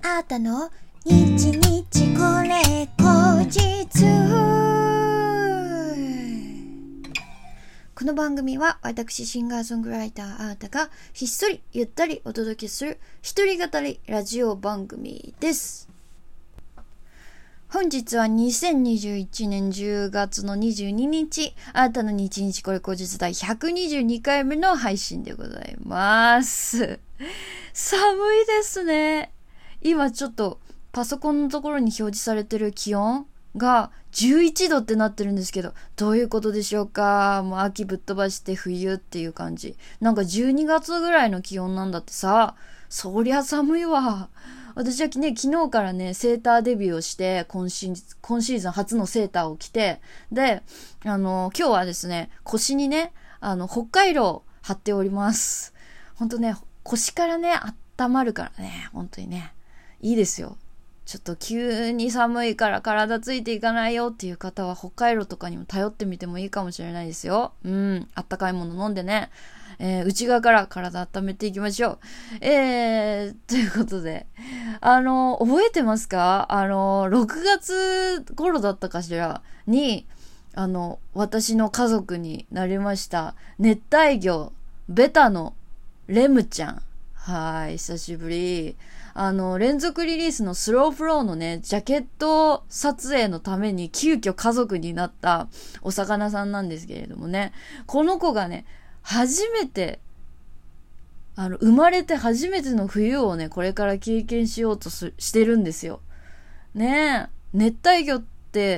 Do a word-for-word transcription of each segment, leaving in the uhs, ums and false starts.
あーたの日日これ後日。この番組は私シンガーソングライターあーたがひっそりゆったりお届けする一人語りラジオ番組です。本日はにせんにじゅういちねんじゅうがつのにじゅうににち、あなたの日日これ後日第ひゃくにじゅうにかいめの配信でございます。寒いですね。今ちょっとパソコンのところに表示されてる気温がじゅういちどってなってるんですけど、どういうことでしょうか。もう秋ぶっ飛ばして冬っていう感じ。なんかじゅうにがつぐらいの気温なんだってさ。そりゃ寒いわ。私はね、昨日からね、セーターデビューをして、今シーズン、今シーズン初のセーターを着て、で、あの、今日はですね、腰にね、あの、北海道を貼っております。ほんとね、腰からね、温まるからね、本当にね、いいですよ。ちょっと急に寒いから体ついていかないよっていう方は、北海道とかにも頼ってみてもいいかもしれないですよ。うん、あったかいもの飲んでね。えー、内側から体温めていきましょう。えー、ということで、あの、覚えてますか？あの、ろくがつ頃だったかしらに、あの、私の家族になりました、熱帯魚、ベタのレムちゃん。はい、久しぶり。あの、連続リリースのスローフローのね、ジャケット撮影のために急遽家族になったお魚さんなんですけれどもね、この子がね、初めて、あの、生まれて初めての冬をね、これから経験しようとすしてるんですよ。ねえ、熱帯魚って、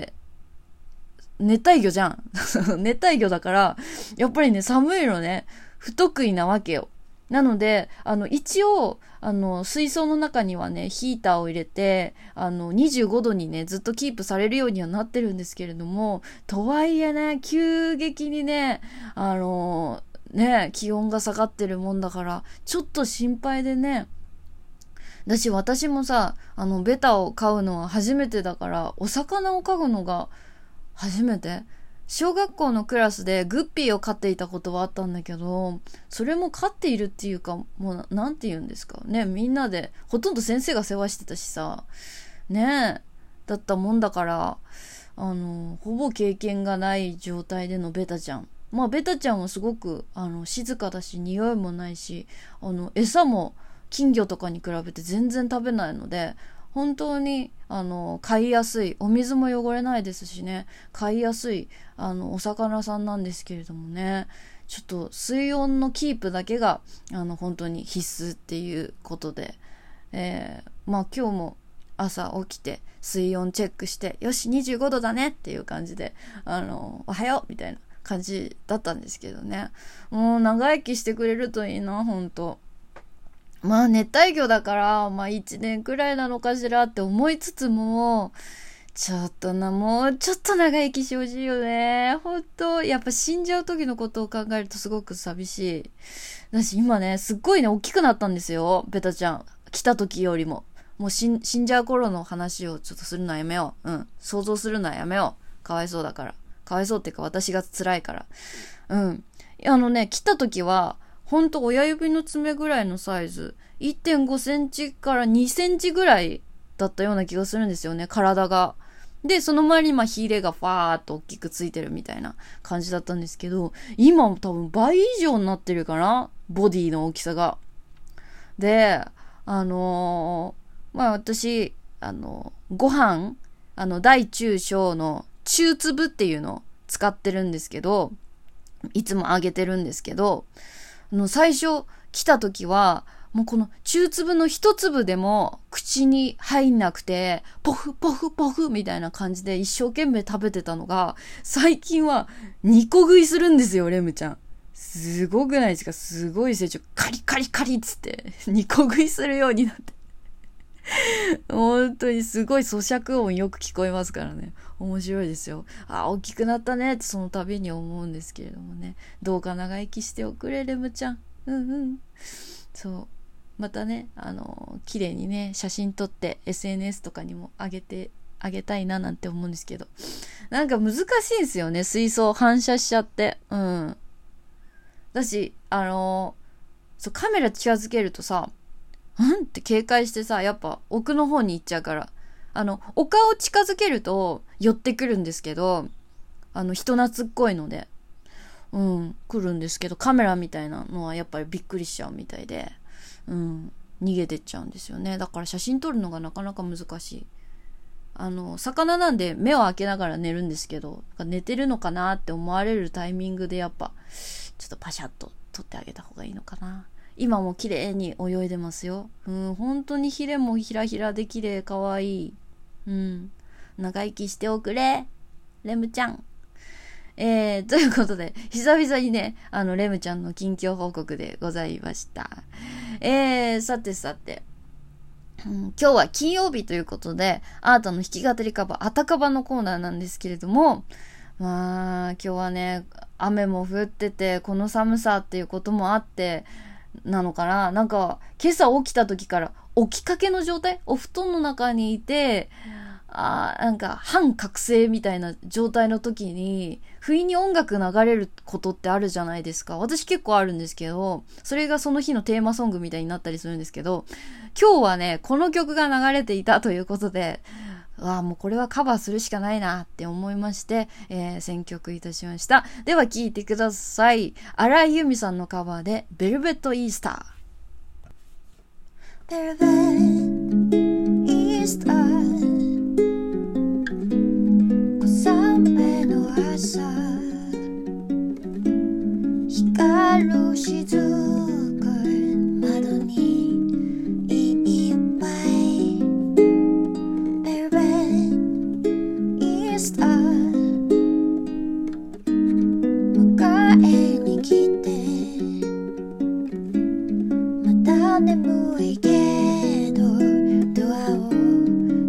熱帯魚じゃん。熱帯魚だから、やっぱりね、寒いのね、不得意なわけよ。なので、あの、一応、あの、水槽の中にはね、ヒーターを入れて、あの、にじゅうごどにね、ずっとキープされるようにはなってるんですけれども、とはいえね、急激にね、あの、ね、気温が下がってるもんだから、ちょっと心配でね、だし私もさ、あの、ベタを飼うのは初めてだから、お魚を飼うのが初めて。小学校のクラスでグッピーを飼っていたことはあったんだけど、それも飼っているっていうか、もうなんて言うんですかね、みんなで、ほとんど先生が世話してたしさ、ねえ、だったもんだから、あの、ほぼ経験がない状態でのベタちゃん。まあベタちゃんはすごく、あの、静かだし、匂いもないし、あの、餌も金魚とかに比べて全然食べないので、本当に、あの、飼いやすい、お水も汚れないですしね、飼いやすい、あの、お魚さんなんですけれどもね、ちょっと水温のキープだけが、あの、本当に必須っていうことで、えー、まあ今日も朝起きて水温チェックして、よし、にじゅうごどだねっていう感じで、あの、おはようみたいな感じだったんですけどね、もう長生きしてくれるといいな、本当。まあ熱帯魚だから、まあ一年くらいなのかしらって思いつつも、ちょっとな、もうちょっと長生きしてほしいよね。ほんと、やっぱ死んじゃう時のことを考えるとすごく寂しい。だし今ね、すっごいね、大きくなったんですよ、ベタちゃん。来た時よりも。もう死ん、死んじゃう頃の話をちょっとするのはやめよう。うん。想像するのはやめよう。かわいそうだから。かわいそうっていうか私が辛いから。うん。あのね、来た時は、ほんと親指の爪ぐらいのサイズ、いってんごセンチからにセンチぐらいだったような気がするんですよね、体が。で、その周りにまあヒレがファーっと大きくついてるみたいな感じだったんですけど、今多分倍以上になってるかな、ボディの大きさが。で、あのー、まあ私、あのー、ご飯、あの、大中小の中粒っていうのを使ってるんですけど、いつもあげてるんですけど、あの最初来た時はもうこの中粒の一粒でも口に入んなくてポフポフポフみたいな感じで一生懸命食べてたのが、最近はにこ食いするんですよ、レムちゃん。すごくないですか？すごい成長。カリカリカリっつってにこ食いするようになって本当にすごい咀嚼音よく聞こえますからね、面白いですよ。あ、大きくなったねってその度に思うんですけれどもね、どうか長生きしておくれ、レムちゃん。うんうん。そう、またね、あの綺麗にね写真撮って エスエヌエス とかにも上げてあげたいななんて思うんですけど、なんか難しいんですよね、水槽反射しちゃって。うん。だし、あのそう、カメラ近づけるとさ、 うんって警戒してさ、やっぱ奥の方に行っちゃうから、あの、お顔近づけると寄ってくるんですけど、あの、人懐っこいので、うん、来るんですけど、カメラみたいなのはやっぱりびっくりしちゃうみたいで、うん、逃げてっちゃうんですよね。だから写真撮るのがなかなか難しい。あの、魚なんで目を開けながら寝るんですけど、寝てるのかなって思われるタイミングでやっぱ、ちょっとパシャッと撮ってあげた方がいいのかな。今も綺麗に泳いでますよ。うん、本当にヒレもひらひらで綺麗、かわいい。うん。長生きしておくれ。レムちゃん。えー、ということで、久々にね、あの、レムちゃんの近況報告でございました。えー、さてさて、うん、今日は金曜日ということで、アートの弾き語りカバー、あたかばのコーナーなんですけれども、まあ、今日はね、雨も降ってて、この寒さっていうこともあって、なのかな、なんか、今朝起きた時から、起きかけの状態、お布団の中にいて、あなんか半覚醒みたいな状態の時に不意に音楽流れることってあるじゃないですか。私結構あるんですけど、それがその日のテーマソングみたいになったりするんですけど、今日はねこの曲が流れていたということで、わあもうこれはカバーするしかないなって思いまして、えー、選曲いたしました。では聴いてください。荒井由実さんのカバーでベルベットイースター。ベルベットイースター、雨の朝、光る雫窓にいっぱい、ベルベットイースター、迎えに来て、まだ眠いけどドアを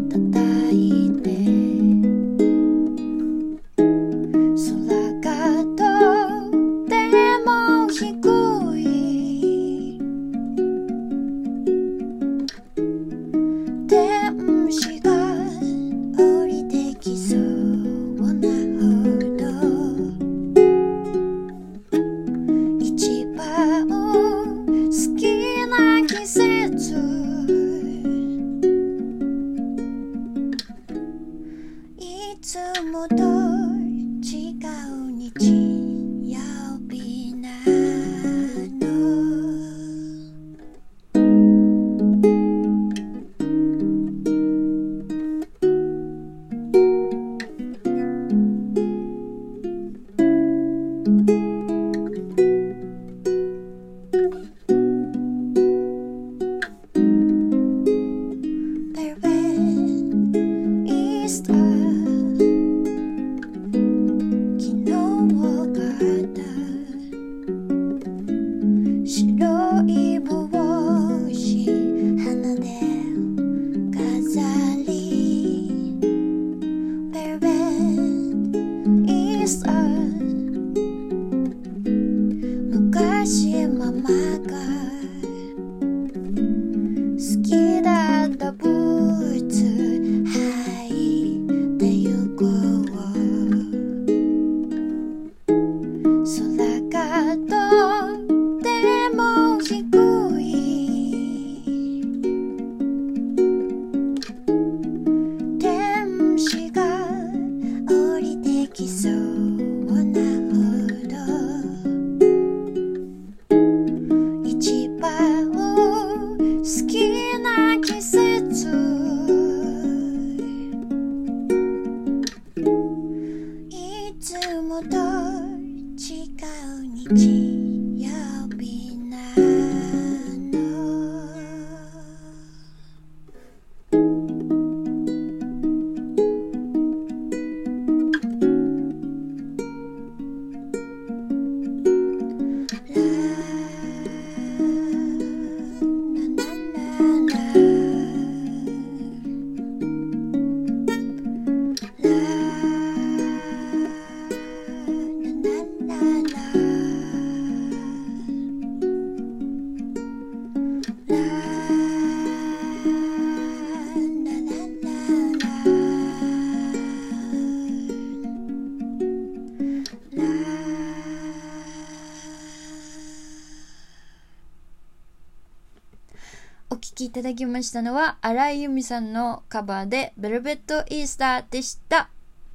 ただきましたのは荒井由実さんのカバーでベルベットイースターでした。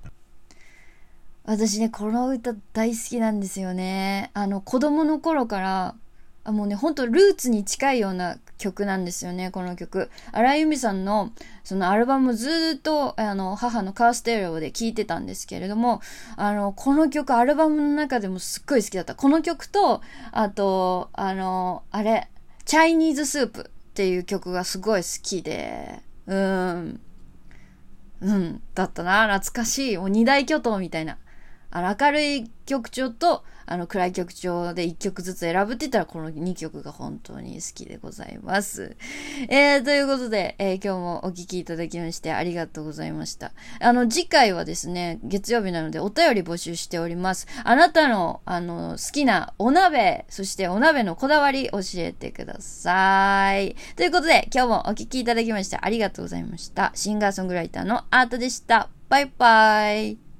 私ね、この歌大好きなんですよね。あの子供の頃からあもうね、ほんとルーツに近いような曲なんですよね、この曲。荒井由実さんのそのアルバムずーっとあの母のカーステレオで聴いてたんですけれども、あのこの曲アルバムの中でもすっごい好きだった。この曲とあとあのあれチャイニーズスープっていう曲がすごい好きで、うーんうんだったな。懐かしい。もう二大巨頭みたいな。あの明るい曲調とあの暗い曲調でいっきょくずつ選ぶって言ったらこのにきょくが本当に好きでございます。えー、ということで、えー、今日もお聞きいただきましてありがとうございました。あの次回はですね、月曜日なのでお便り募集しております。あなたのあの好きなお鍋、そしてお鍋のこだわり教えてください。ということで今日もお聞きいただきましてありがとうございました。シンガーソングライターのアートでした。バイバイ。